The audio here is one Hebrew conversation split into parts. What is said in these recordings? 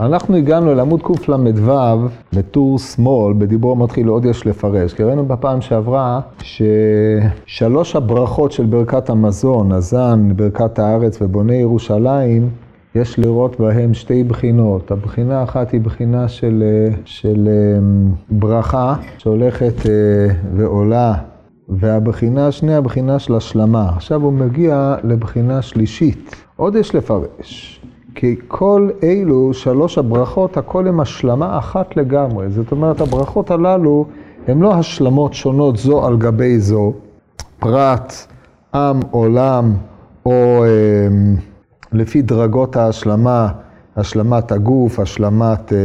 אנחנו הגענו לעמוד קל"ו בטור שמאל, בדיבור מתחיל עוד יש לפרש. כי ראינו בפעם שעברה ששלוש הברכות של ברכת המזון, הזן, ברכת הארץ ובוני ירושלים, יש לראות בהם שתי בחינות. הבחינה האחת היא בחינה של ברכה שהולכת ועולה, והבחינה השנייה, הבחינה של השלמה. עכשיו הוא מגיע לבחינה שלישית. עוד יש לפרש. כי כל אלו, שלוש הברכות, הכל הם השלמה אחת לגמרי. זאת אומרת, הברכות הללו הן לא השלמות שונות זו על גבי זו, פרט, עם, עולם, או לפי דרגות ההשלמה, השלמת הגוף, השלמת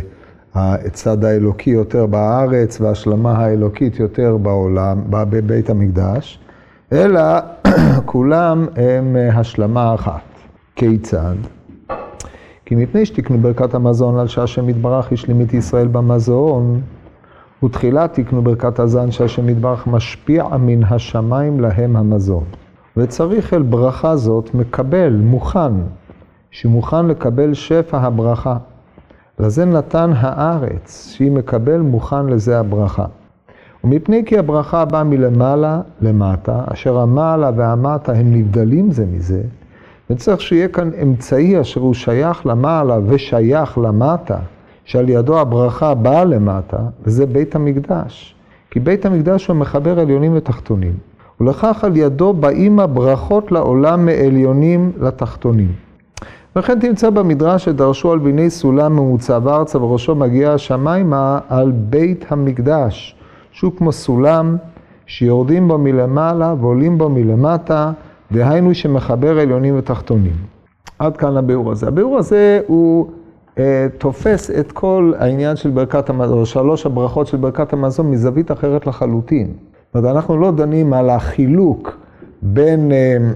הצד האלוקי יותר בארץ, והשלמה האלוקית יותר בעולם, בבית המקדש, אלא כולם הם השלמה אחת. כיצד? כי מפני שתקנו ברכת המזון על שהשם יתברך השלים את ישראל במזון, ותחילה תקנו ברכת הזן שהשם יתברך משפיע מן השמיים להם המזון. וצריך אל ברכה זאת מקבל, מוכן, שמוכן לקבל שפע הברכה. לזה נתן הארץ, שהיא מקבל מוכן לזה הברכה. ומפני כי הברכה באה מלמעלה למטה, אשר המעלה והמטה הם נבדלים זה מזה, וצריך שיהיה כאן אמצעי אשר הוא שייך למעלה ושייך למטה, שעל ידו הברכה באה למטה, וזה בית המקדש. כי בית המקדש הוא מחבר עליונים ותחתונים. ולכך על ידו באים הברכות לעולם מעליונים לתחתונים. וכן תמצא במדרש שדרשו על ביני סולם ממוצב ארצה וראשו מגיע השמיימה על בית המקדש, שהוא כמו סולם שיורדים בו מלמעלה ועולים בו מלמטה, דהיינו שמחבר עליונים ותחתונים. עד כאן הביאור הזה. הביאור הזה הוא תופס את כל העניין של ברכת המזון, שלוש הברכות של ברכת המזון מזווית אחרת לחלוטין. זאת אומרת, אנחנו לא דנים על החילוק בין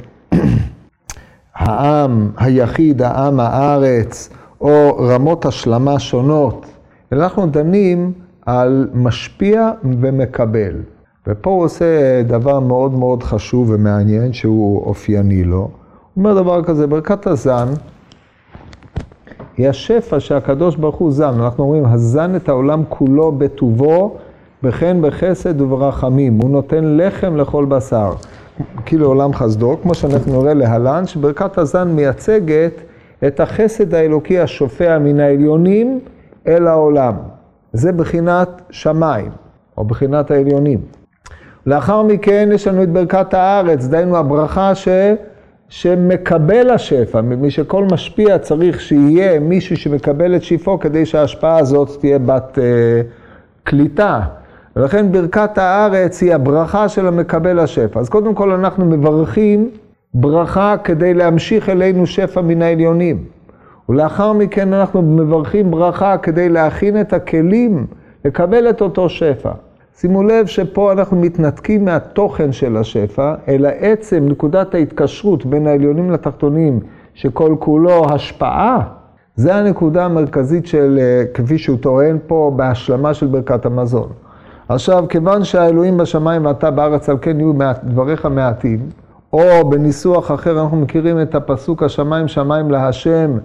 העם היחיד, העם הארץ, או רמות השלמה שונות, אלא אנחנו דנים על משפיע ומקבל. ופה הוא עושה דבר מאוד מאוד חשוב ומעניין שהוא אופייני לו. הוא אומר דבר כזה, ברכת הזן היא השפע שהקדוש ברוך הוא זן. אנחנו אומרים, הזן את העולם כולו בטובו, בכן בחסד וברחמים. הוא נותן לחם לכל בשר, כאילו עולם חסדו, כמו שאנחנו נראה להלן, שברכת הזן מייצגת את החסד האלוקי השופע מן העליונים אל העולם. זה בחינת שמיים, או בחינת העליונים. לאחר מכן יש לנו את ברכת הארץ, דהיינו הברכה שמקבל השפע, מי שכל משפיע צריך שיהיה מישהו שמקבל את שפעו כדי שההשפעה הזאת תהיה בת קליטה. ולכן ברכת הארץ היא הברכה של המקבל השפע. אז קודם כל אנחנו מברכים ברכה כדי להמשיך אלינו שפע מן העליונים. ולאחר מכן אנחנו מברכים ברכה כדי להכין את הכלים לקבל את אותו שפע. שימו לב שפה אנחנו מתנתקים מהתוכן של השפע, אלא עצם נקודת ההתקשרות בין העליונים לתחתונים, שכל כולו השפעה, זה הנקודה המרכזית של, כפי שהוא טוען פה, בהשלמה של ברכת המזון. עכשיו, כיוון שהאלוהים בשמיים ואתה בארץ על כן יהיו דבריך מעטים, או בניסוח אחר אנחנו מכירים את הפסוק השמיים שמיים להשם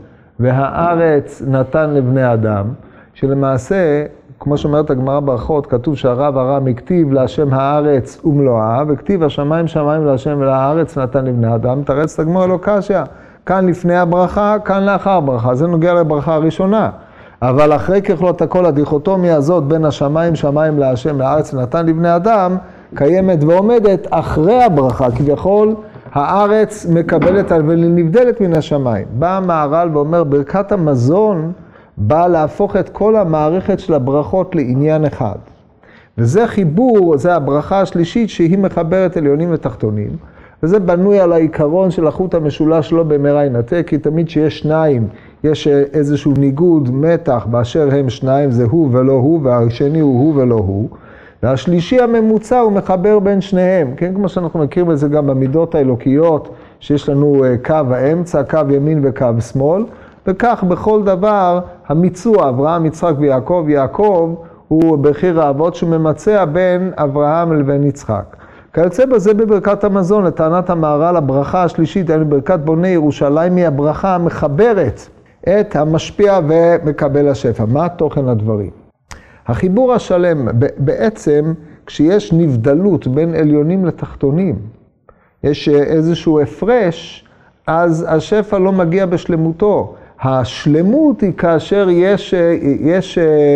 והארץ נתן לבני אדם, שלמעשה, כמו שאומרת הגמרא ברכות, כתוב שהרב הרם הכתיב להשם הארץ ומלואה, וכתיב השמיים שמיים להשם ולארץ נתן לבני אדם, תרץ את הגמרא לא קשיא, כאן לפני הברכה, כאן לאחר הברכה, זה נוגע לברכה הראשונה. אבל אחרי ככלות הכל הדיכוטומיה הזאת בין השמיים שמיים להשם לארץ נתן לבני אדם, קיימת ועומדת אחרי הברכה, כביכול הארץ מקבלת ונבדלת מן השמיים. בא המהר"ל ואומר ברכת המזון, בא להפוך את כל המערכת של הברכות לעניין אחד. וזה חיבור, זה הברכה השלישית שהיא מחברת עליונים ותחתונים. וזה בנוי על העיקרון של החוט המשולש לא במהרה ינתק, כי תמיד שיש שניים, יש איזשהו ניגוד, מתח, באשר הם שניים זה הוא ולא הוא, והשני הוא ולא הוא. והשלישי הממוצע הוא מחבר בין שניהם, כן? כמו שאנחנו מכירים את זה גם במידות האלוקיות, שיש לנו קו האמצע, קו ימין וקו שמאל, וכך בכל דבר המיצוע, אברהם, יצחק ויעקב, יעקב הוא בחיר האבות שממצע בין אברהם לבין יצחק. כיוצא בזה בברכת המזון, לטענת המהר"ל, הברכה השלישית, ברכת בוני ירושלים, היא הברכה המחברת את המשפיע ומקבל השפע. מה תוכן הדברים? החיבור השלם, בעצם כשיש נבדלות בין עליונים לתחתונים, יש איזשהו הפרש, אז השפע לא מגיע בשלמותו. השלמות היא כאשר יש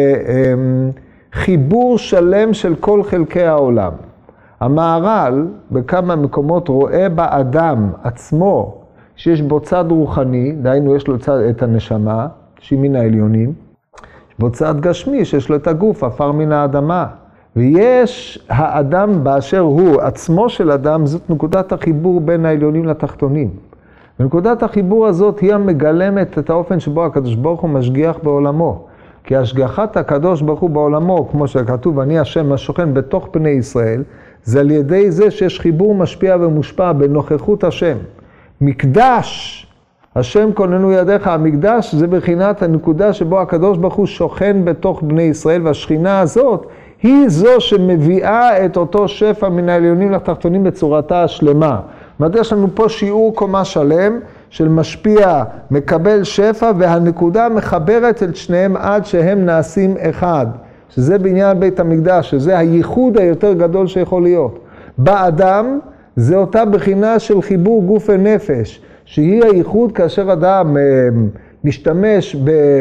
חיבור שלם של כל חלקי העולם. המהר"ל בכמה מקומות רואה באדם עצמו שיש בו צד רוחני, דהיינו יש לו את הנשמה, שהיא מן העליונים, יש בו צד גשמי שיש לו את הגוף, עפר מן האדמה. ויש האדם באשר הוא, עצמו של אדם, זאת נקודת החיבור בין העליונים לתחתונים. ונקודת החיבור הזאת היא המגלמת את האופן שבו הקדוש ברוך הוא משגיח בעולמו. כי השגחת הקדוש ברוך הוא בעולמו, כמו שכתוב, אני השם השוכן בתוך בני ישראל, זה על ידי זה שיש חיבור משפיע ומושפע בנוכחות השם. מקדש, השם כוננו ידיך, המקדש זה בחינת הנקודה שבו הקדוש ברוך הוא שוכן בתוך בני ישראל, והשכינה הזאת היא זו שמביאה את אותו שפע מן העליונים לתחתונים בצורתה השלמה. זאת אומרת, יש לנו פה שיעור קומה שלם של משפיע, מקבל שפע, והנקודה מחברת את שניהם עד שהם נעשים אחד. שזה בעניין בית המקדש, שזה הייחוד היותר גדול שיכול להיות. באדם זה אותה בחינה של חיבור גוף ונפש, שהיא הייחוד כאשר אדם משתמש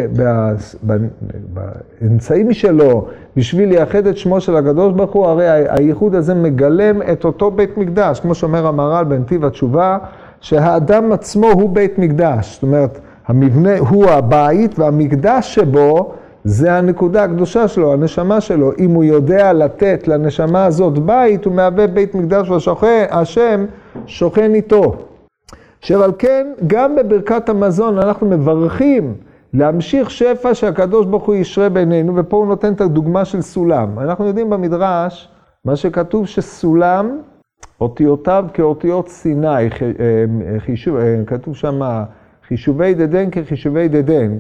באמצעים שלו בשביל לייחד את שמו של הקדוש ברוך הוא, הרי הייחוד הזה מגלם את אותו בית מקדש, כמו שאומר המהר"ל בנתיב התשובה, שהאדם עצמו הוא בית מקדש, זאת אומרת, המבנה הוא הבית והמקדש שבו זה הנקודה הקדושה שלו, הנשמה שלו. אם הוא יודע לתת לנשמה הזאת בית, הוא מהווה בית מקדש והשם שוכן איתו. אשר על כן, גם בברכת המזון אנחנו מברכים להמשיך שפע שהקדוש ברוך הוא ישרה בינינו, ופה הוא נותן את הדוגמה של סולם. אנחנו יודעים במדרש, מה שכתוב שסולם, אותיותיו כאותיות סיני, כתוב שם חישובי דדן כחישובי דדן,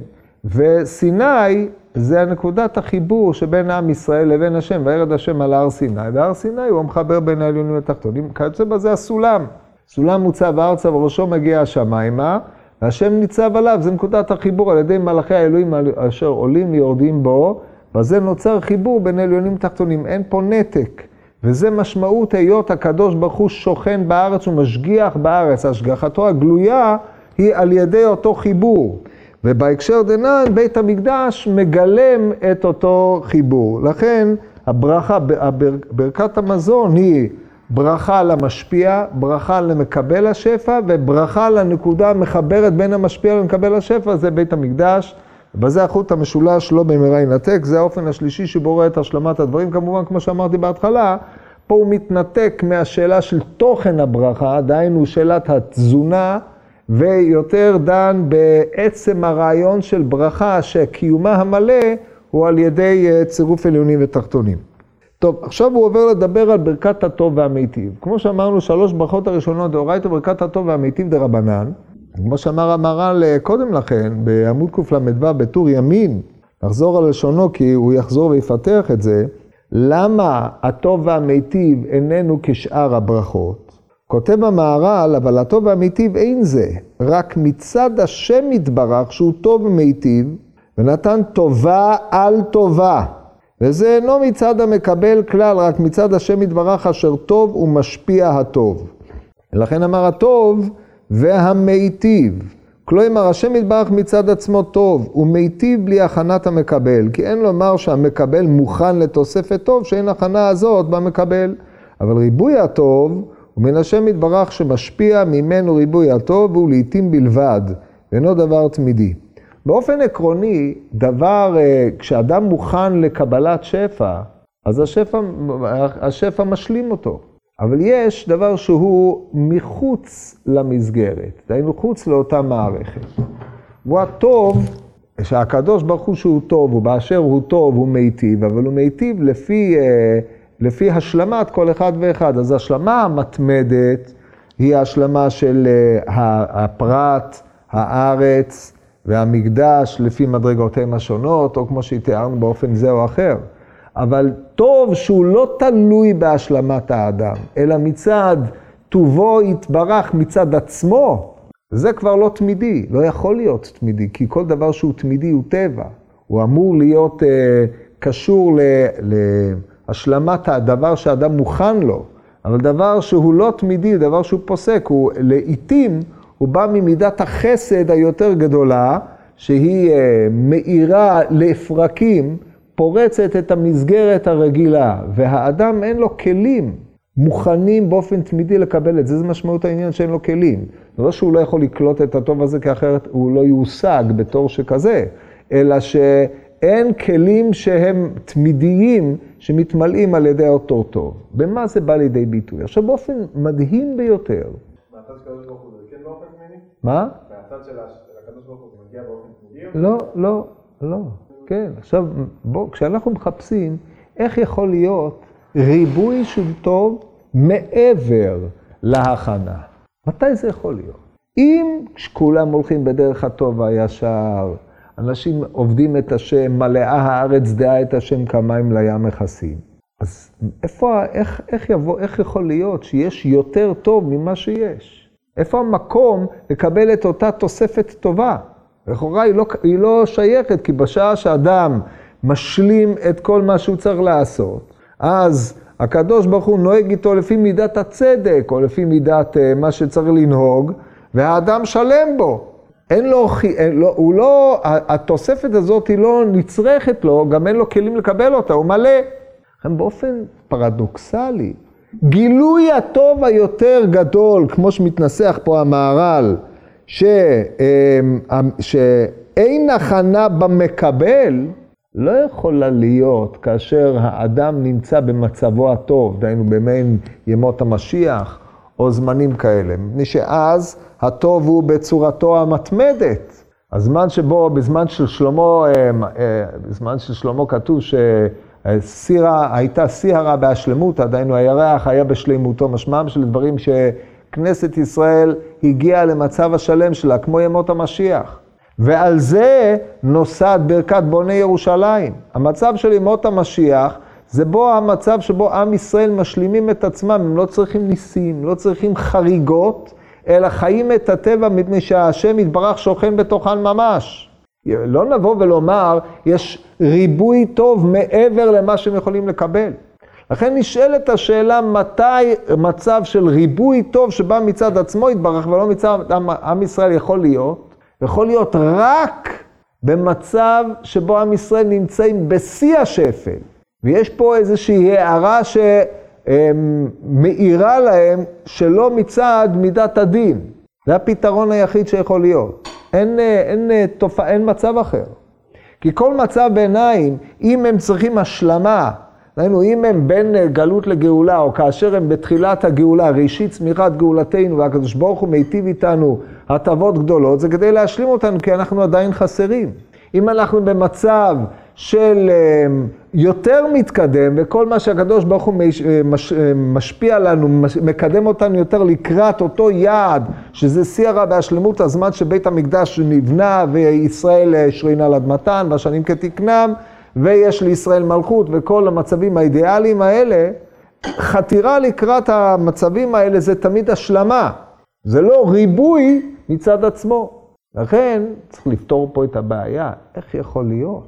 וסיני זה הנקודת החיבור שבין עם ישראל לבין השם, וירד השם על הר סיני, והר סיני הוא המחבר בין העליונים לתחתונים, כיוצא בזה הסולם. סולם מוצב ארצה וראשו מגיע השמיימה, והשם ניצב עליו, זה נקודת החיבור על ידי מלאכי האלוהים אשר עולים ויורדים בו, וזה נוצר חיבור בין עליונים לתחתונים, אין פה נתק. וזה משמעות היות הקדוש ברוך הוא שוכן בארץ ומשגיח בארץ, השגחתו הגלויה היא על ידי אותו חיבור. ובהקשר דנן, בית המקדש מגלם את אותו חיבור. לכן הברכה, ברכת המזון היא ברכה למשפיע, ברכה למקבל השפע, וברכה לנקודה המחברת בין המשפיע למקבל השפע, זה בית המקדש. בזה החוט המשולש לא במהרה ינתק, זה האופן השלישי שבו רואה את השלמת הדברים. כמובן, כמו שאמרתי בהתחלה, פה הוא מתנתק מהשאלה של תוכן הברכה, דהיינו שאלת התזונה, ויותר דן בעצם הרעיון של ברכה שקיומה המלא הוא על ידי צירוף עליונים ותחתונים. טוב, עכשיו הוא עובר לדבר על ברכת הטוב והמיטיב. כמו שאמרנו, 3 ברכות הראשונות, דאורייתא ברכת הטוב והמיטיב דרבנן. כמו שאמר המהר"ל קודם לכן, בעמוד קל"ו בטור ימין, נחזור על לשונו כי הוא יחזור ויפתח את זה, למה הטוב והמיטיב איננו כשאר הברכות? כותב המהר"ל, אבל הטוב והמיטיב אין זה, רק מצד השם יתברך שהוא טוב ומיטיב, ונתן טובה על טובה. וזה אינו מצד המקבל כלל, רק מצד השם יתברך אשר טוב ומשפיע הטוב. ולכן אמר הטוב והמיטיב. כלומר, השם יתברך מצד עצמו טוב, ומיטיב בלי הכנת המקבל, כי אין לומר שהמקבל מוכן לתוספת טוב, שאין הכנה הזאת במקבל. אבל ריבוי הטוב הוא מן השם יתברך שמשפיע ממנו ריבוי הטוב, והוא לעתים בלבד, ואינו דבר תמידי. באופן עקרוני, כשאדם מוכן לקבלת שפע, אז השפע משלים אותו. אבל יש דבר שהוא מחוץ למסגרת, דהיינו חוץ לאותה מערכת. הוא הטוב, שהקדוש ברוך הוא שהוא טוב, ובאשר הוא טוב הוא מיטיב, אבל הוא מיטיב לפי השלמת כל אחד ואחד. אז השלמה המתמדת היא השלמה של הפרט, הארץ והמקדש לפי מדרגותיהם השונות, או כמו שתיארנו באופן זה או אחר. אבל טוב שהוא לא תלוי בהשלמת האדם, אלא מצד טובו יתברך מצד עצמו, זה כבר לא תמידי, לא יכול להיות תמידי, כי כל דבר שהוא תמידי הוא טבע. הוא אמור להיות קשור להשלמת הדבר שהאדם מוכן לו. אבל דבר שהוא לא תמידי, דבר שהוא פוסק, הוא לעתים, הוא בא ממידת החסד היותר גדולה, שהיא מאירה לפרקים, פורצת את המסגרת הרגילה, והאדם אין לו כלים מוכנים באופן תמידי לקבל את זה. זה משמעות העניין שאין לו כלים. זה לא שהוא לא יכול לקלוט את הטוב הזה, כי אחרת הוא לא יושג בתור שכזה, אלא שאין כלים שהם תמידיים שמתמלאים על ידי אותו טוב. במה זה בא לידי ביטוי? עכשיו באופן מדהים ביותר. מהצד של הקדוש ברוך הוא זה כן באופן תמידי? מה? מהצד של הקדוש ברוך הוא זה מגיע באופן תמידי? לא. כן, עכשיו בוא, כשאנחנו מחפשים איך יכול להיות ריבוי של טוב מעבר להכנה. מתי זה יכול להיות? אם כולם הולכים בדרך הטוב והישר, אנשים עובדים את השם, מלאה הארץ דעה את השם כמים לים מכסים. אז איך יכול להיות שיש יותר טוב ממה שיש? איפה המקום לקבל את אותה תוספת טובה? לכאורה היא לא שייכת, כי בשעה שאדם משלים את כל מה שהוא צריך לעשות, אז הקדוש ברוך הוא נוהג איתו לפי מידת הצדק, או לפי מידת מה שצריך לנהוג, והאדם שלם בו. התוספת הזאת היא לא נצרכת לו, גם אין לו כלים לקבל אותה, הוא מלא. באופן פרדוקסלי, גילוי הטוב היותר גדול, כמו שמתנסח פה המהר"ל, שאין הכנה במקבל, לא יכולה להיות כאשר האדם נמצא במצבו הטוב, דהיינו במעין ימות המשיח, או זמנים כאלה. מפני שאז הטוב הוא בצורתו המתמדת. הזמן שבו, בזמן של שלמה כתוב שהסירה הייתה סירה בהשלמות, דהיינו הירח היה בשלמותו, משמעם של דברים שכנסת ישראל הגיעה למצב השלם שלה, כמו ימות המשיח. ועל זה נוסד ברכת בוני ירושלים. המצב של ימות המשיח זה בו המצב שבו עם ישראל משלימים את עצמם, הם לא צריכים ניסים, לא צריכים חריגות, אלא חיים את הטבע מפני שהשם יתברך שוכן בתוכן ממש. לא נבוא ולומר, יש ריבוי טוב מעבר למה שהם יכולים לקבל. לכן נשאלת השאלה מתי מצב של ריבוי טוב שבא מצד עצמו יתברך ולא מצד עם ישראל יכול להיות. יכול להיות רק במצב שבו עם ישראל נמצאים בשיא השפל. ויש פה איזושהי הערה שמאירה להם שלא מצד מידת הדין. זה הפתרון היחיד שיכול להיות. אין מצב אחר. כי כל מצב ביניים, אם הם צריכים השלמה, אם הם בין גלות לגאולה, או כאשר הם בתחילת הגאולה, ראשית צמיחת גאולתנו, והקדוש ברוך הוא מיטיב איתנו הטבות גדולות, זה כדי להשלים אותנו, כי אנחנו עדיין חסרים. אם אנחנו במצב של יותר מתקדם, וכל מה שהקדוש ברוך הוא משפיע לנו, מקדם אותנו יותר לקראת אותו יעד, שזה סיירה בהשלמות הזמן שבית המקדש נבנה, וישראל שרינה על אדמתן, והשנים כתקנם, ויש לישראל מלכות, וכל המצבים האידיאליים האלה, חתירה לקראת המצבים האלה זה תמיד השלמה. זה לא ריבוי מצד עצמו. לכן צריך לפתור פה את הבעיה. איך יכול להיות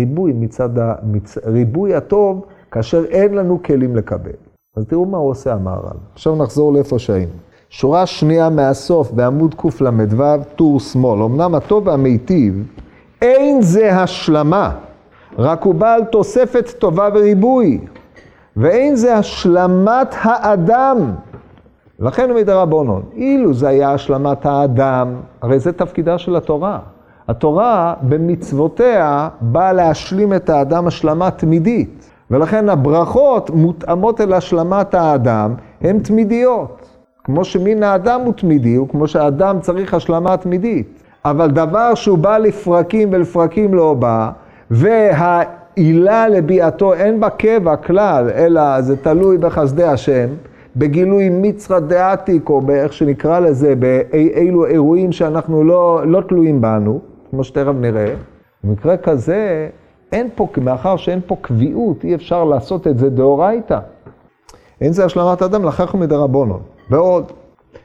ריבוי הטוב כאשר אין לנו כלים לקבל? אז תראו מה הוא עושה המהר"ל. עכשיו נחזור לאיפה שהיינו. שורה שנייה מהסוף בעמוד קל"ו, טור שמאל. אמנם הטוב והמיטיב אין זה השלמה, רק הוא בעל תוספת טובה וריבוי, ואין זה השלמת האדם. לכן הוא מדרבנן. אילו זה היה השלמת האדם, הרי זה תפקידה של התורה. התורה במצוותיה באה להשלים את האדם השלמה תמידית. ולכן הברכות מותאמות אל השלמת האדם, הן תמידיות. כמו שמין האדם הוא תמידי, וכמו שהאדם צריך השלמה תמידית. אבל דבר שהוא בא לפרקים ולפרקים לא בא, והעילה לביאתו אין בה קבע כלל, אלא זה תלוי בחסדי השם, בגילוי מצרא דעתיק, או באיך שנקרא לזה, באילו אירועים שאנחנו לא תלויים בנו, כמו שתכף נראה. במקרה כזה, מאחר שאין פה קביעות, אי אפשר לעשות את זה דאורייתא. אין זה השלמת אדם, לכך הוא מדרבנן. ועוד,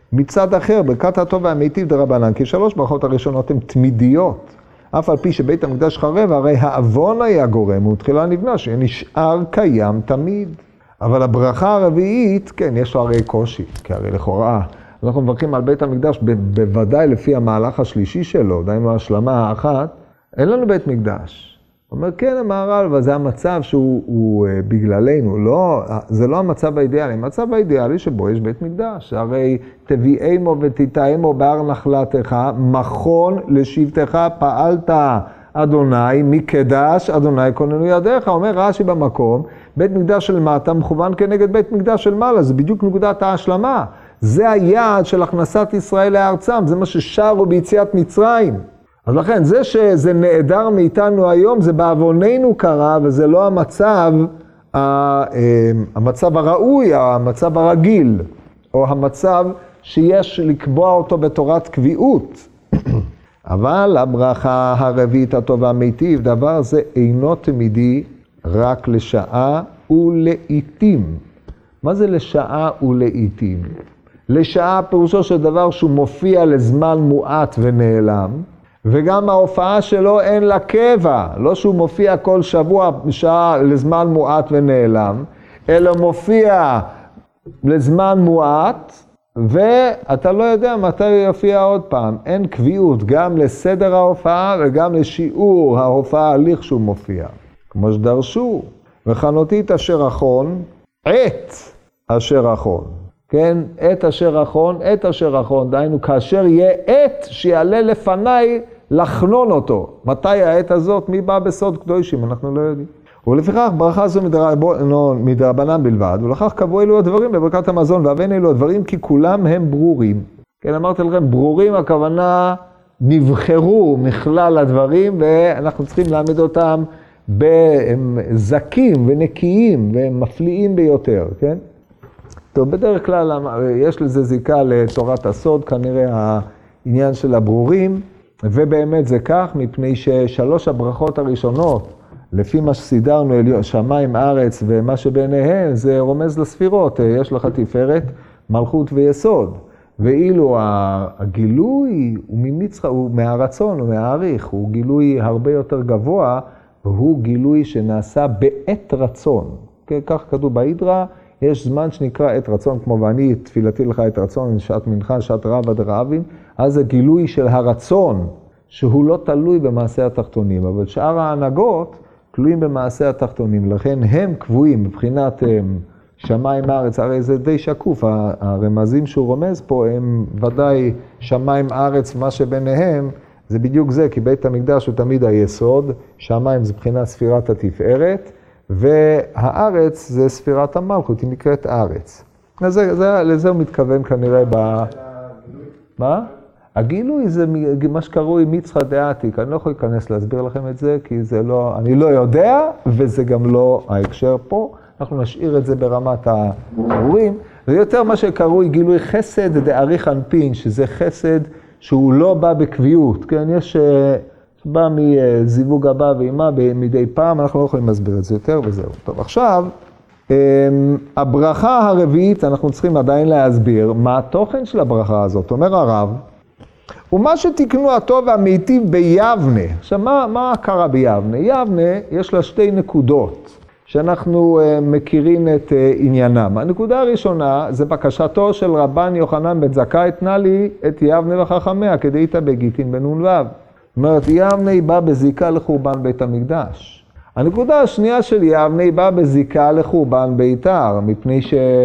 מצד אחר, ברכת הטוב והמיטיב דרבנן, כי 3 ברכות הראשונות הן תמידיות. אף על פי שבית המקדש חרב, הרי העוון היה גורם, הוא תחילה נבנה, שנשאר קיים תמיד. אבל הברכה הרביעית, כן, יש לו הרי קושי, כי הרי לכאורה, אנחנו מברכים על בית המקדש, בוודאי לפי המהלך השלישי שלו, דיינו ההשלמה האחת, אין לנו בית מקדש. הוא אומר, כן, המהר"ל, אבל זה המצב שהוא בגללנו, לא, זה לא המצב האידיאלי, המצב האידיאלי שבו יש בית מקדש, הרי תביאמו ותיטעמו בהר נחלתך, מכון לשבתך פעלת אדוני, מקדש אדוני כוננו ידיך, אומר רש"י במקום, בית מקדש של מטה מכוון כנגד בית מקדש של מעלה, זה בדיוק נקודת ההשלמה, זה היעד של הכנסת ישראל לארצם, זה מה ששרו ביציאת מצרים. אז לכן, זה שזה נעדר מאיתנו היום, זה בעווננו קרה, וזה לא המצב הראוי, המצב הרגיל, או המצב שיש לקבוע אותו בתורת קביעות. אבל הברכה הרביעית הטוב והמיטיב, דבר זה אינו תמידי רק לשעה ולעיתים. מה זה לשעה ולעיתים? לשעה פירושו של דבר שהוא מופיע לזמן מועט ונעלם, וגם ההופעה שלו אין לה קבע, לא שהוא מופיע כל שבוע שעה לזמן מועט ונעלם, אלא מופיע לזמן מועט, ואתה לא יודע מתי הוא יופיע עוד פעם. אין קביעות גם לסדר ההופעה וגם לשיעור ההופעה הליך שהוא מופיע. כמו שדרשו, וחנותי את אשר אחון, עת אשר אחון. כן, עת אשר אחון, עת אשר אחון, דהיינו, כאשר יהיה עת שיעלה לפניי לחנון אותו. מתי העת הזאת? מי בא בסוד קדושים? אנחנו לא יודעים. ולפיכך ברכה זו מדרבנן בלבד, ולכך קבעו אלו הדברים בברכת המזון, והבן אלו הדברים כי כולם הם ברורים. כן, אמרתי לכם, ברורים הכוונה נבחרו מכלל הדברים, ואנחנו צריכים להעמיד אותם בזקים ונקיים ומפליאים ביותר, כן? טוב, בדרך כלל יש לזה זיקה לתורת הסוד, כנראה העניין של הברורים, ובאמת זה כך, מפני ששלוש הברכות הראשונות, לפי מה שסידרנו, שמיים, ארץ ומה שביניהם, זה רומז לספירות, יש לך תפארת, מלכות ויסוד. ואילו הגילוי הוא מהרצון, הוא מהעריך, הוא גילוי הרבה יותר גבוה, והוא גילוי שנעשה בעת רצון. כך כתוב בהידרה, יש זמן שנקרא עת רצון, כמו ואני תפילתי לך עת רצון, שעת מנחה, שעת רב עד רעבים, אז זה גילוי של הרצון, שהוא לא תלוי במעשה התחתונים, אבל שאר ההנהגות תלויים במעשה התחתונים, לכן הם קבועים מבחינת שמיים ארץ, הרי זה די שקוף, הרמזים שהוא רומז פה הם ודאי שמיים ארץ, מה שביניהם, זה בדיוק זה, כי בית המקדש הוא תמיד היסוד, שמיים זה מבחינת ספירת התפארת, והארץ זה ספירת המלכות, היא נקראת ארץ. לזה הוא מתכוון כנראה מה? הגילוי זה מה שקרוי מצחא דעתיק, אני לא יכול להיכנס להסביר לכם את זה, כי זה לא, אני לא יודע, וזה גם לא ההקשר פה, אנחנו נשאיר את זה ברמת הברורים, זה יותר מה שקרוי גילוי חסד דאריך אנפין, שזה חסד שהוא לא בא בקביעות, כן, יש בא מזיווג הבא ואימה מדי פעם, אנחנו לא יכולים להסביר את זה יותר וזהו. טוב, עכשיו, הברכה הרביעית, אנחנו צריכים עדיין להסביר מה התוכן של הברכה הזאת, אומר הרב, ומה שתקנו הטוב והמיטיב ביבנה. עכשיו, מה קרה ביבנה? יבנה יש לה שתי נקודות שאנחנו מכירים את עניינם. הנקודה הראשונה זה בקשתו של רבן יוחנן בן זכאי, תנה לי את יבנה וחכמיה כדי איתה בגיטין בנ"ו. זאת אומרת, יבנה היא באה בזיקה לחורבן בית המקדש. הנקודה השנייה של יבנה היא באה בזיקה לחורבן ביתר, מפני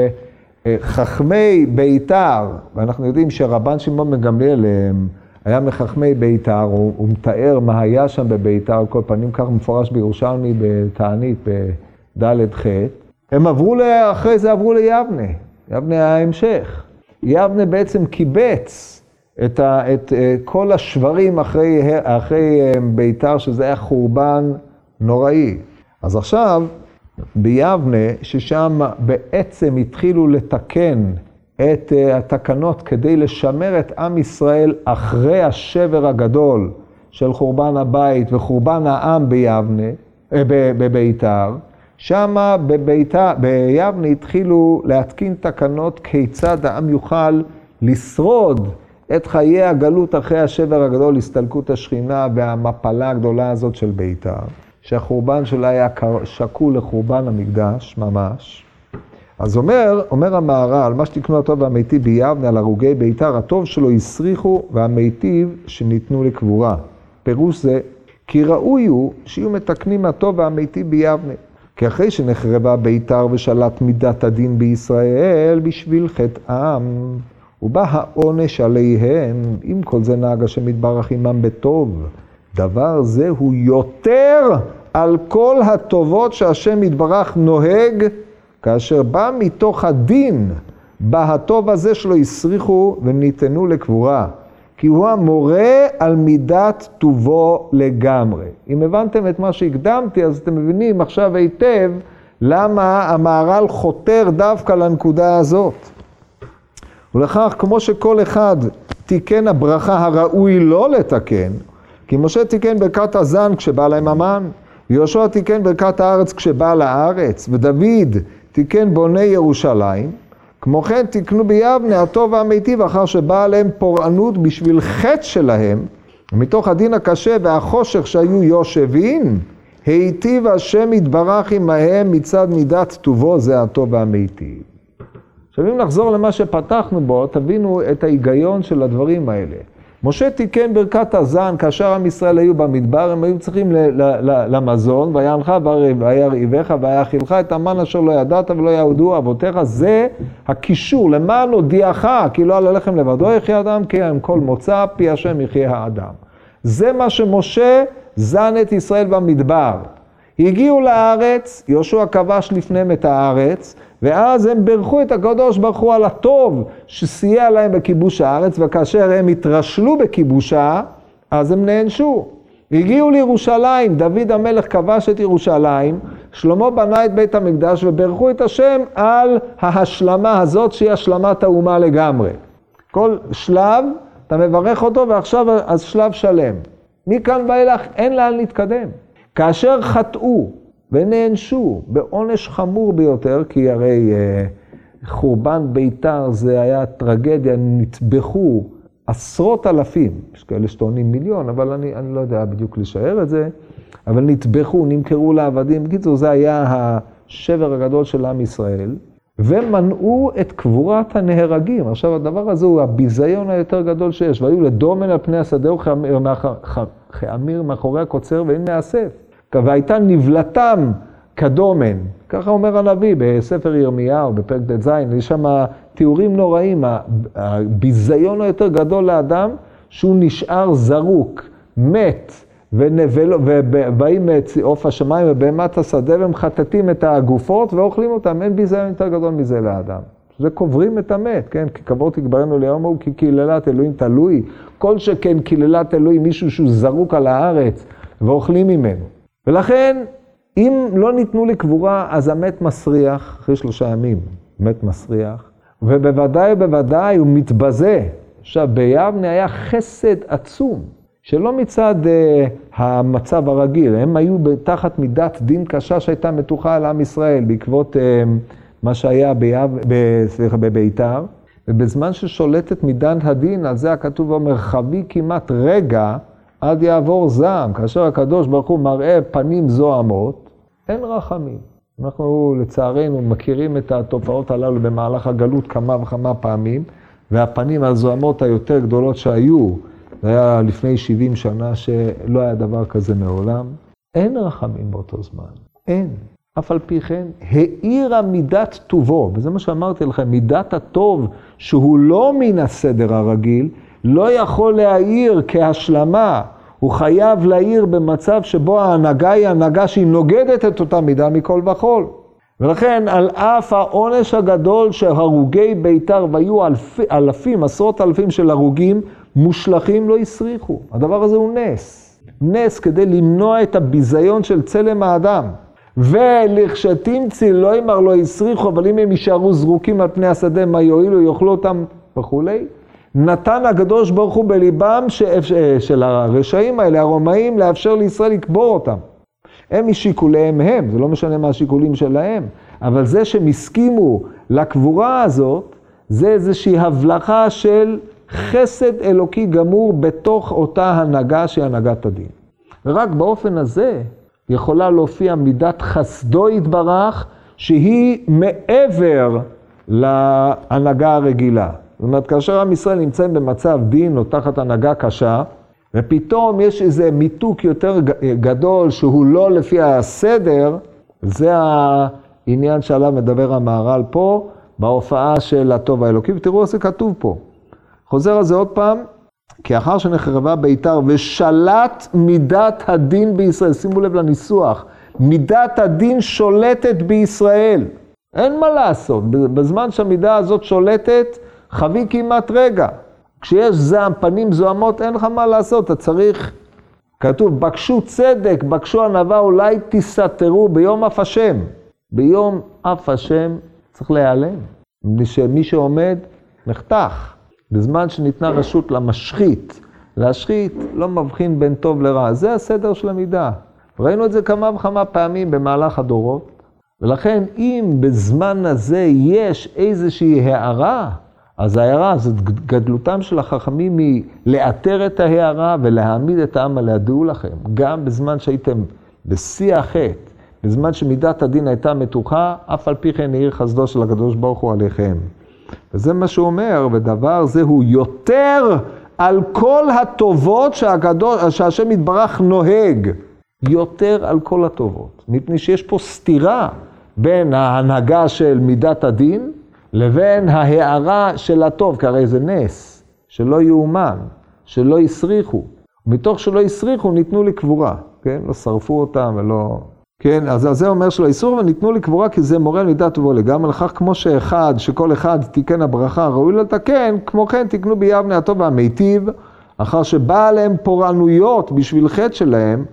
שחכמי ביתר, ואנחנו יודעים שרבן שמעון בן גמליאל היה מחכמי ביתר, הוא מתאר מה היה שם בביתר, על כל פנים כך מפורש בירושלמי בתענית בד' ח', הם אחרי זה עברו ליבנה, יבנה היה המשך. יבנה בעצם קיבץ את כל השברים אחרי ביתר, שזה היה חורבן נוראי. אז עכשיו, ביבנה, ששם בעצם התחילו לתקן את התקנות כדי לשמר את עם ישראל אחרי השבר הגדול של חורבן הבית וחורבן העם בביתר, שם ביבנה התחילו להתקין תקנות כיצד העם יוכל לשרוד את חיי הגלות אחרי השבר הגדול, הסתלקות השכינה והמפלה הגדולה הזאת של ביתר, שהחורבן שלה היה שקול לחורבן המקדש ממש. אז אומר המהר"ל, מה שתקנו הטוב והמיטיב ביבנה על הרוגי ביתר, הטוב שלו יסריחו והמיטיב שניתנו לקבורה. פירוש זה, כי ראוי הוא שיהיו מתקנים הטוב והמיטיב ביבנה. כי אחרי שנחרבה ביתר ושלט מידת הדין בישראל בשביל חטאם, ובא העונש עליהם, עם כל זה נהג השם יתברך עמם בטוב. דבר זה הוא יותר על כל הטובות שהשם יתברך נוהג, כאשר בא מתוך הדין, בא הטוב הזה שלו יסריחו וניתנו לקבורה. כי הוא המורה על מידת טובו לגמרי. אם הבנתם את מה שהקדמתי, אז אתם מבינים עכשיו היטב למה המהר"ל חותר דווקא לנקודה הזאת. ולכך, כמו שכל אחד תיקן הברכה הראוי לא לתקן, כי משה תיקן ברכת הזן כשבא להם המן, ויהושע תיקן ברכת הארץ כשבא לארץ, ודוד תיקן בוני ירושלים, כמו כן תיקנו ביבנה הטוב והמיטיב אחר שבא עליהם פורענות בשביל חטא שלהם, ומתוך הדין הקשה והחושך שהיו יושבים, היטיב השם יתברך עמהם מצד מידת טובו, זה הטוב והמיטיב. עכשיו אם נחזור למה שפתחנו בו, תבינו את ההיגיון של הדברים האלה. משה תיקן ברכת הזן, כאשר עם ישראל היו במדבר, הם היו צריכים למזון, ויענך וירעיבך ויאכילך את המן אשר לא ידעת ולא יעודו אבותיך, זה הקישור, למען הודיעך, כי לא על הלחם לבדו יחיה אדם, כי עם כל מוצא פי השם יחיה האדם. זה מה שמשה זן את ישראל במדבר. הגיעו לארץ, יהושע כבש לפניהם את הארץ, ואז הם ברכו את הקדוש ברוך הוא על הטוב שסייע להם בכיבוש הארץ, וכאשר הם התרשלו בכיבושה, אז הם נענשו. הגיעו לירושלים, דוד המלך כבש את ירושלים, שלמה בנה את בית המקדש, וברכו את השם על ההשלמה הזאת, שהיא השלמת האומה לגמרי. כל שלב, אתה מברך אותו, ועכשיו אז שלב שלם. מכאן ואילך אין לאן להתקדם. כאשר חטאו ונענשו בעונש חמור ביותר, כי הרי חורבן ביתר זה היה טרגדיה, נטבחו עשרות אלפים, יש כאלה שטוענים מיליון, אבל אני לא יודע בדיוק לשער את זה, אבל נטבחו, נמכרו לעבדים, בקיצור זה היה השבר הגדול של עם ישראל, ומנעו את קבורת הנהרגים. עכשיו הדבר הזה הוא הביזיון היותר גדול שיש, והיו לדומן על פני השדה וכאמיר מאחורי הקוצר ואין מאסף. והייתה נבלתם כדומן, ככה אומר הנביא בספר ירמיהו, בפרק ט"ז, יש שם תיאורים נוראים, הביזיון היותר גדול לאדם, שהוא נשאר זרוק, מת, ובאים מעוף השמיים ובהמת השדה, והם חטטים את הגופות ואוכלים אותם, אין ביזיון יותר גדול מזה לאדם. זה קוברים את המת, כן? כי קבור תקברנו ליום ההוא, כי קללת אלוהים תלוי, כל שכן קללת אלוהים מישהו שהוא זרוק על הארץ, ואוכלים ממנו. ולכן, אם לא ניתנו לי קבורה, אז המת מסריח, אחרי 3 ימים, מת מסריח, ובוודאי הוא מתבזה. עכשיו, ביבנה היה חסד עצום, שלא מצד המצב הרגיל, הם היו תחת מידת דין קשה שהייתה מתוחה על עם ישראל, בעקבות מה שהיה בביתר, ובזמן ששולטת מידת הדין, על זה הכתוב אומר, חבי כמעט רגע, עד יעבור זעם, כאשר הקדוש ברוך הוא מראה פנים זוהמות, אין רחמים. אנחנו לצערנו מכירים את התופעות הללו במהלך הגלות כמה וכמה פעמים, והפנים הזוהמות היותר גדולות שהיו, זה היה לפני 70 שנה שלא היה דבר כזה מעולם, אין רחמים באותו זמן, אין. אף על פי כן, האירה מידת טובו, וזה מה שאמרתי לכם, מידת הטוב שהוא לא מן הסדר הרגיל, לא יכול להעיר כהשלמה, הוא חייב להעיר במצב שבו ההנהגה היא הנהגה שהיא נוגדת את אותה מידה מכל וכל. ולכן על אף העונש הגדול שהרוגי ביתר והיו אלפים, עשרות אלפים של הרוגים, מושלכים לא יסריחו. הדבר הזה הוא נס. נס כדי למנוע את הביזיון של צלם האדם. ולכשתמצי לא אמר לא יסריחו, אבל אם הם יישארו זרוקים על פני השדה, מה יועילו, יאכלו אותם וכולי. נתן הקדוש ברוך הוא בליבם של הרשעים האלה, הרומאים, לאפשר לישראל לקבור אותם. הם משיקוליהם הם, זה לא משנה מה השיקולים שלהם, אבל זה שהם הסכימו לקבורה הזאת, זה איזושהי הבלחה של חסד אלוקי גמור בתוך אותה הנהגה שהיא הנהגת הדין. ורק באופן הזה יכולה להופיע מידת חסדו יתברך, שהיא מעבר להנהגה הרגילה. זאת אומרת, כאשר עם ישראל נמצאים במצב דין או תחת הנהגה קשה, ופתאום יש איזה מיתוק יותר גדול שהוא לא לפי הסדר, זה העניין שעליו מדבר המהר"ל פה, בהופעה של הטוב האלוקי, ותראו זה כתוב פה. חוזר על זה עוד פעם, כי אחר שנחרבה ביתר ושלט מידת הדין בישראל, שימו לב לניסוח, מידת הדין שולטת בישראל. אין מה לעשות, בזמן שהמידה הזאת שולטת, חווי כמעט רגע. כשיש זעם, פנים זוהמות, אין לך מה לעשות, אתה צריך, כתוב, בקשו צדק, בקשו ענווה, אולי תסתרו ביום אף השם. ביום אף השם צריך להיעלם, שמי שעומד נחתך. בזמן שניתנה רשות למשחית, להשחית לא מבחין בין טוב לרע, זה הסדר של המידה. ראינו את זה כמה וכמה פעמים במהלך הדורות, ולכן אם בזמן הזה יש איזושהי הערה, אז ההערה, זאת גדלותם של החכמים היא לאתר את ההערה ולהעמיד את העם על ידעו לכם. גם בזמן שהייתם בשיא החטא, בזמן שמידת הדין הייתה מתוחה, אף על פי כן העיר חסדו של הקדוש ברוך הוא עליכם. וזה מה שהוא אומר, ודבר זה הוא יותר על כל הטובות שהשם יתברך נוהג. יותר על כל הטובות. מפני שיש פה סתירה בין ההנהגה של מידת הדין, לבין ההערה של הטוב, כי הרי זה נס, שלא יאומן, שלא יסריחו. מתוך שלא יסריחו ניתנו לקבורה, כן? לא שרפו אותם ולא... כן, אז זה אומר שלא יסריחו וניתנו לקבורה, כי זה מורה מידת טובו לגמרי לכך, כמו שכל אחד תיקן הברכה, ראוי לתקן, כמו כן תקנו ביבנה הטוב והמיטיב, אחר שבא עליהם פורענויות בשביל חטא שלהם,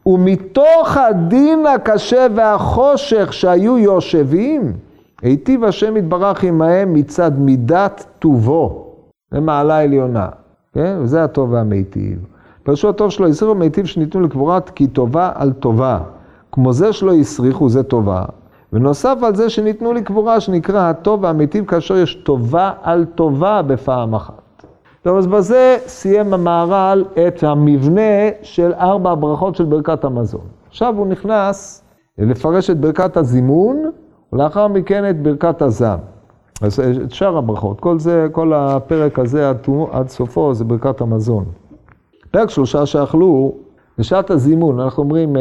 ומתוך הדין הקשה והחושך שהיו יושבים, היטיב השם יתברך עמהם מצד מידת טובו. זה מעלה עליונה. כן? וזה הטוב והמיטיב. פרשו הטוב שלו יסריחו מיטיב שניתנו לקבורת כי טובה על טובה. כמו זה שלא יסריחו זה טובה. ונוסף על זה שניתנו לקבורה שנקרא הטוב והמיטיב כאשר יש טובה על טובה בפעם אחת. טוב, אז בזה סיים המהר"ל את המבנה של 4 הברכות של ברכת המזון. עכשיו הוא נכנס לפרש את ברכת הזימון, ולאחר מכן את ברכת הזעם. אז את שאר הברכות, כל הפרק הזה עד סופו זה ברכת המזון. פרק 3 שאכלו, בשעת הזימון, אנחנו אומרים,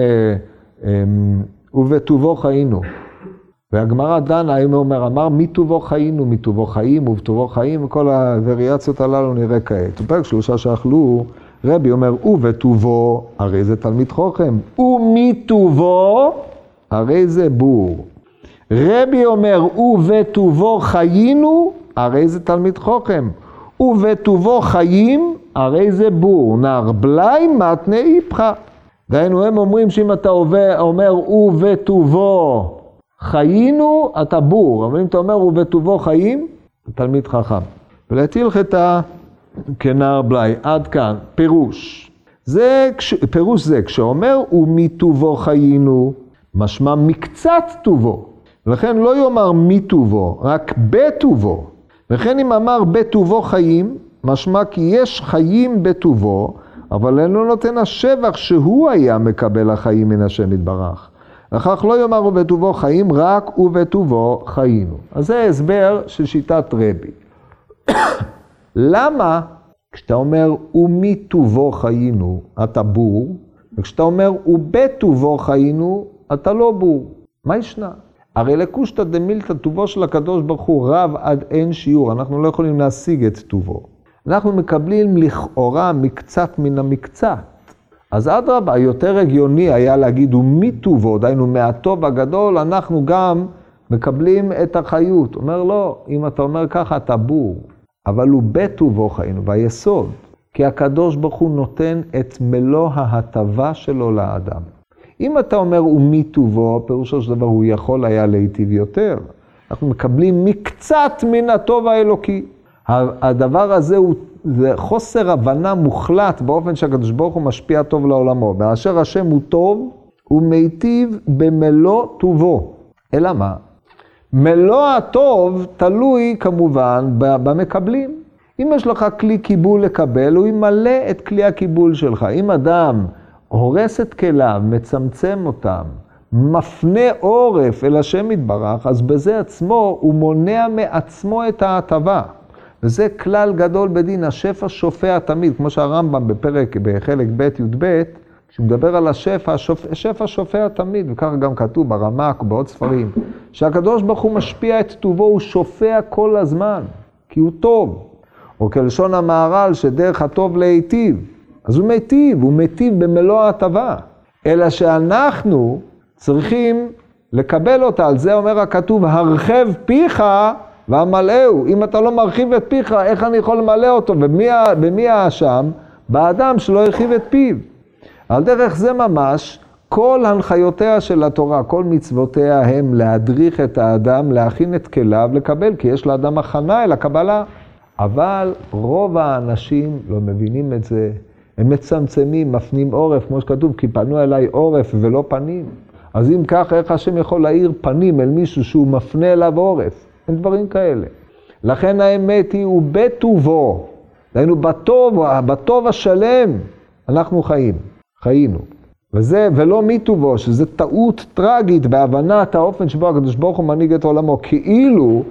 ובטובו חיינו. והגמרא דנה, האם אומר, אמר, מטובו חיינו, מטובו חיים ובטובו חיים, וכל הווריאציות הללו נראה כעת. בפרק 3 שאכלו, רבי אומר, ובטובו, הרי זה תלמיד חוכם, ומטובו, הרי זה בור. רבי אומר, ובטובו חיינו, הרי זה תלמיד חוכם. ובטובו חיים, הרי זה בור. נער בלי מתנה איפך. דהיינו, הם אומרים שאם אתה אומר, ובטובו חיינו, אתה בור. אבל אם אתה אומר, ובטובו חיים, תלמיד חכם. ולהטיל חטא כנער בלי. עד כאן, פירוש. פירוש זה, כשאומר, ומטובו חיינו, משמע מקצת טובו. ולכן לא יאמר מטובו, רק בטובו. וכן אם אמר בטובו חיים, משמע כי יש חיים בטובו, אבל אינו נותן השבח שהוא היה מקבל החיים מן השם יתברך. לכך לא יאמר ובטובו חיים, רק ובטובו חיינו. אז זה הסבר של שיטת רבי. למה כשאתה אומר ומטובו חיינו, אתה בור, וכשאתה אומר ובטובו חיינו, אתה לא בור? מה ישנה? הרי לקושטא דמילתא טובו של הקדוש ברוך הוא רב עד אין שיעור, אנחנו לא יכולים להשיג את טובו. אנחנו מקבלים לכאורה מקצת מן המקצת. אז אדרבה, יותר הגיוני היה להגיד ומטובו, דהיינו מהטוב הגדול, אנחנו גם מקבלים את החיות. אומר לא, אם אתה אומר ככה אתה בור, אבל הוא בטובו חיינו, והיסוד, כי הקדוש ברוך הוא נותן את מלוא ההטבה שלו לאדם. אם אתה אומר ומטובו, פירושו של דבר הוא יכול היה להיטיב יותר. אנחנו מקבלים מקצת מן הטוב האלוקי. הדבר הזה זה חוסר הבנה מוחלט באופן שהקדוש ברוך הוא משפיע טוב לעולמו. באשר השם הוא טוב, הוא מיטיב במלוא טובו. אלא מה? מלוא הטוב תלוי כמובן במקבלים. אם יש לך כלי קיבול לקבל, הוא ימלא את כלי הקיבול שלך. אם אדם הורס את כליו, מצמצם אותם, מפנה עורף אל השם יתברך, אז בזה עצמו הוא מונע מעצמו את ההטבה. וזה כלל גדול בדין, השפע שופע תמיד, כמו שהרמב"ם בחלק ב' י"ב, כשהוא מדבר על השפע, השפע שופע תמיד, וכך גם כתוב ברמ"ק ובעוד ספרים, שהקדוש ברוך הוא משפיע את טובו, הוא שופע כל הזמן, כי הוא טוב. או כלשון המהר"ל שדרך הטוב להיטיב, אז הוא מיטיב במלוא ההטבה. אלא שאנחנו צריכים לקבל אותה, על זה אומר הכתוב, הרחב פיך והמלאהו. אם אתה לא מרחיב את פיך, איך אני יכול למלא אותו? ומי האשם? באדם שלא הרחיב את פיו. על דרך זה ממש, כל הנחיותיה של התורה, כל מצוותיה הם להדריך את האדם, להכין את כליו, לקבל, כי יש לאדם הכנה אל הקבלה. אבל רוב האנשים לא מבינים את זה, הם מצמצמים, מפנים עורף, כמו שכתוב, כי פנו אליי עורף ולא פנים. אז אם כך, איך השם יכול להאיר פנים אל מישהו שהוא מפנה אליו עורף? אין דברים כאלה. לכן האמת היא, הוא בטובו. דהיינו, בטוב השלם, אנחנו חיינו. וזה, ולא מטובו, שזה טעות טרגית בהבנת האופן שבו הקדוש ברוך הוא מנהיג את עולמו, כאילו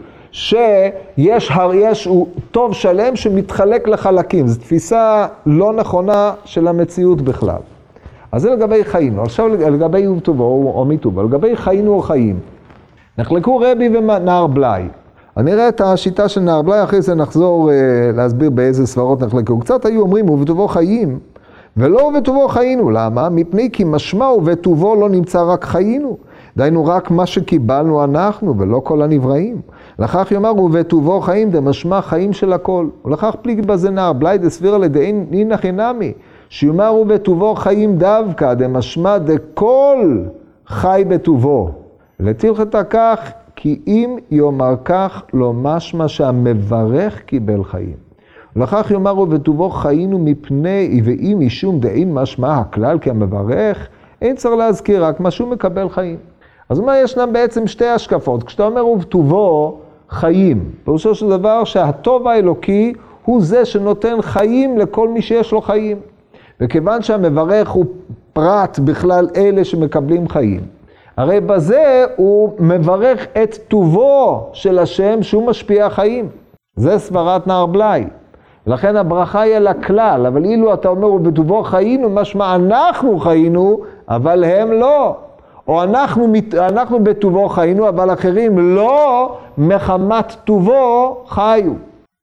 שיש טוב שלם שמתחלק לחלקים. זו תפיסה לא נכונה של המציאות בכלל. אז זה לגבי חיינו. עכשיו לגבי טובו או מטובו. לגבי חיינו או חיים. נחלקו רבי ונער בלאי. אני אראה את השיטה של נער בלאי, אחרי זה נחזור להסביר באיזה סברות נחלקו. קצת היו אומרים, ובטובו חיים, ולא ובטובו חיינו. למה? מפני כי משמע ובטובו לא נמצא רק חיינו. דהיינו רק מה שקיבלנו אנחנו, ולא כל הנבראים. לכך יאמר, ובטובו חיים, דמשמע חיים של הכל. ולכך פליג בזה נער בלאי דסבירא לדאין נינא חינמי, שיאמר ובטובו חיים דווקא, דמשמע דכל חי בטובו. לתלכתא כך, כי אם יאמר כך, לא משמע שהמברך קיבל חיים. ולכך יאמר ובטובו חיינו מפני, ואם משום דאין משמע הכלל כי המברך, אין צריך להזכיר רק מה שהוא מקבל חיים. אז מה ישנם בעצם שתי השקפות? כשאתה אומר ובטובו חיים, פירושו של דבר שהטוב האלוקי הוא זה שנותן חיים לכל מי שיש לו חיים. וכיוון שהמברך הוא פרט בכלל אלה שמקבלים חיים, הרי בזה הוא מברך את טובו של השם שהוא משפיע חיים. זה סברת נער בלאי. לכן הברכה היא על הכלל, אבל אילו אתה אומר ובטובו חיינו, משמע אנחנו חיינו, אבל הם לא. או אנחנו בטובו חיינו, אבל אחרים לא מחמת טובו חיו.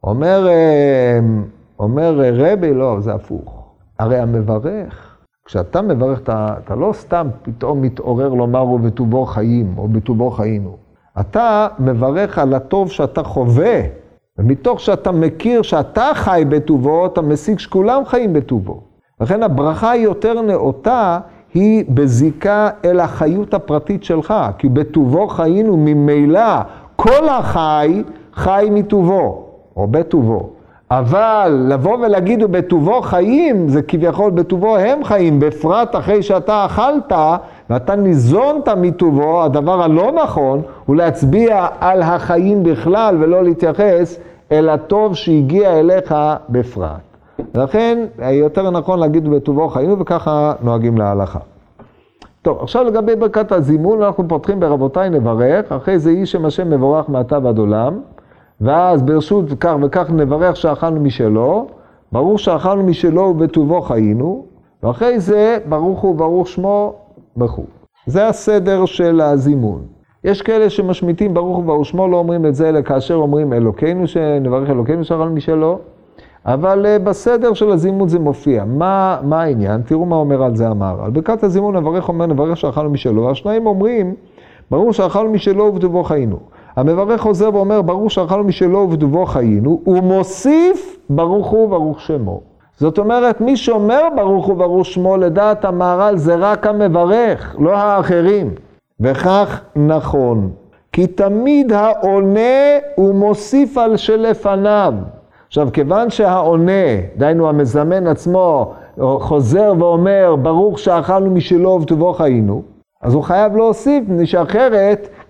אומר רבי, לא, זה הפוך. הרי המברך, כשאתה מברך, אתה לא סתם פתאום מתעורר לומר ובטובו חיים, או בטובו חיינו. אתה מברך על הטוב שאתה חווה, ומתוך שאתה מכיר שאתה חי בטובו, אתה משיג שכולם חיים בטובו. לכן הברכה היא יותר נאותה, היא בזיקה אל החיות הפרטית שלך, כי בטובו חיינו ממילא, כל החי חי מטובו, או בטובו. אבל לבוא ולהגיד בטובו חיים, זה כביכול בטובו הם חיים, בפרט אחרי שאתה אכלת, ואתה ניזונת מטובו, הדבר הלא נכון, הוא להצביע על החיים בכלל, ולא להתייחס אל הטוב שהגיע אליך בפרט. לכן, יותר נכון להגיד בטובו חיינו, וככה נוהגים להלכה. טוב, עכשיו לגבי ברכת הזימון, אנחנו פותחים ברבותיי נברך, אחרי זה איש שם השם מבורך מעתה ועד עולם, ואז ברשות כך וכך נברך שאכלנו משלו, ברוך שאכלנו משלו ובטובו חיינו, ואחרי זה ברוך הוא ברוך שמו וכו'. זה הסדר של הזימון. יש כאלה שמשמיטים ברוך הוא ברוך שמו, לא אומרים את זה, אלא כאשר אומרים אלוקינו, שנברך אלוקינו שאכלנו משלו, אבל בסדר של הזימון זה מופיע. מה העניין? תראו מה אומר על זה המהר"ל. על ברכת הזימון נברך אומר נברך שאכלנו משלו, השניים אומרים ברוך שאכלנו משלו ובטובו חיינו. המברך חוזר ואומר ברוך שאכלנו משלו ובטובו חיינו, הוא מוסיף ברוך הוא ברוך שמו. זאת אומרת, מי שאומר ברוך הוא ברוך שמו לדעת המהר"ל זה רק המברך, לא האחרים. וכך נכון, כי תמיד העונה הוא מוסיף על שלפניו. עכשיו, כיוון שהעונה, דיינו המזמן עצמו, חוזר ואומר ברוך שאכלנו משלו ובטובו חיינו, אז הוא חייב להוסיף, שאחרת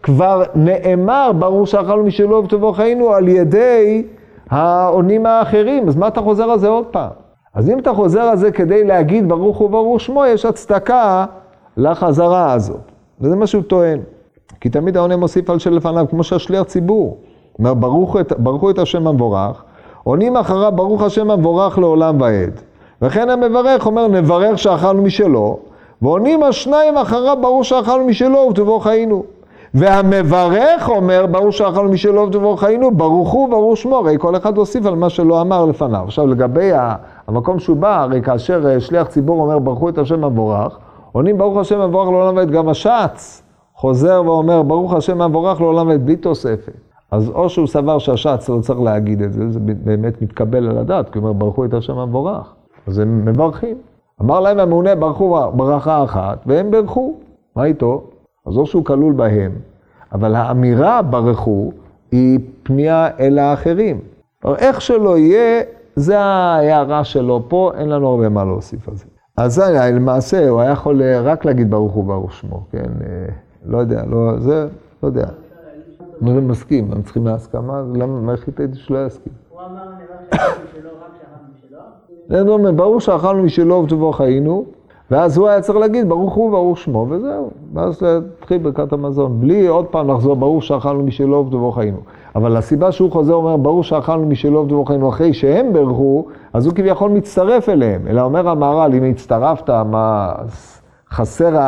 כבר נאמר, ברוך שאכלנו משלו ובטובו חיינו, על ידי העונים האחרים. אז מה אתה חוזר על זה עוד פעם? אז אם אתה חוזר על זה כדי להגיד ברוך הוא ברוך שמו, יש הצדקה לחזרה הזאת. וזה מה שהוא טוען. כי תמיד העונה מוסיף על שלפניו, כמו שהשליח ציבור. אומר, ברכו את השם המבורך, עונים אחריו ברוך השם המבורך לעולם ועד. וכן המברך אומר, נברך שאכלנו משלו, ועונים השניים אחריו ברוך שאכלנו משלו ובטובו חיינו. והמברך אומר, ברוך שאכלנו משלו ובטובו חיינו, ברוך הוא ברוך שמו. הרי כל אחד הוסיף על מה שלא אמר לפניו. עכשיו לגבי המקום שהוא בא, הרי כאשר שליח ציבור אומר, ברכו את השם המבורך, עונים ברוך השם המבורך לעולם ועד. גם השץ חוזר ואומר, ברוך השם המבורך לעולם ועד, בלי תוספת. אז או שהוא סבר שהשץ לא צריך להגיד את זה, זה באמת מתקבל על הדעת, כי הוא אומר, ברכו את השם המבורך. אז הם מברכים. אמר להם הממונה, ברכו ברכה אחת, והם ברכו. מה איתו? אז או שהוא כלול בהם, אבל האמירה ברכו היא פנייה אל האחרים. איך שלא יהיה, זה ההערה שלו פה, אין לנו הרבה מה להוסיף על זה. אז למעשה הוא היה יכול רק להגיד ברוך הוא ברוך שמו, כן? לא יודע, לא יודע. אני לא מסכים, הם צריכים להסכמה, למה מערכת הייתי שלא יסכים? הוא אמר, נברך שאכלנו משלו, רק שאכלנו משלו. ברוך שאכלנו משלו ובטובו חיינו, ואז הוא היה צריך להגיד ברוך הוא ברוך שמו, וזהו. ואז להתחיל ברכת המזון, בלי עוד פעם לחזור ברוך שאכלנו משלו ובטובו חיינו. אבל הסיבה שהוא חוזר אומר ברוך שאכלנו משלו ובטובו חיינו, אחרי שהם ברכו, אז הוא כביכול מצטרף אליהם. אלא אומר המהר"ל, אם הצטרפת, מה חסר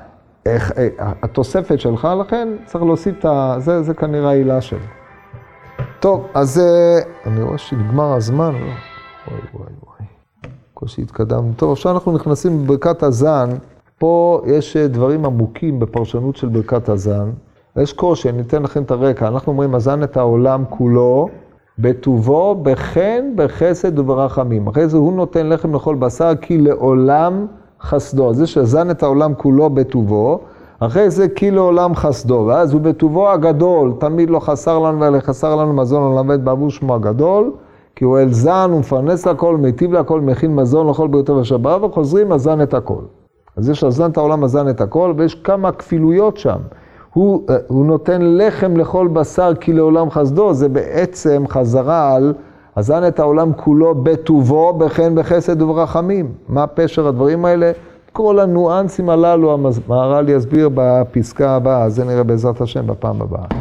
התוספת שלך, לכן צריך להוסיף זה כנראה העילה שלו. טוב, אז אני רואה שנגמר הזמן, לא? וואי. קושי התקדמנו. טוב, עכשיו אנחנו נכנסים בברכת הזן. פה יש דברים עמוקים בפרשנות של ברכת הזן. יש קושי, אני אתן לכם את הרקע. אנחנו אומרים, הזן את העולם כולו, בטובו, בחן, בחסד וברחמים. אחרי זה הוא נותן לחם לכל בשר, כי לעולם חסדו. אז יש הזן את העולם כולו בטובו, אחרי זה כי לעולם חסדו. ואז הוא בטובו הגדול, תמיד לא חסר לנו ואלה חסר לנו מזון עולם ועד בעבור שמו הגדול, כי הוא אל זן, הוא מפרנס לכל, מיטיב לכל, מכין מזון לכל בריאותו ושבריו, וחוזרים הזן את הכל. אז יש הזן את העולם, הזן את הכל, ויש כמה כפילויות שם. הוא נותן לחם לכל בשר, כי לעולם חסדו, זה בעצם חזרה על הזן את העולם כולו בטובו, בחן, בחסד וברחמים. מה פשר הדברים האלה? כל הניואנסים הללו, המהר"ל יסביר בפסקה הבאה, אז זה נראה בעזרת השם בפעם הבאה.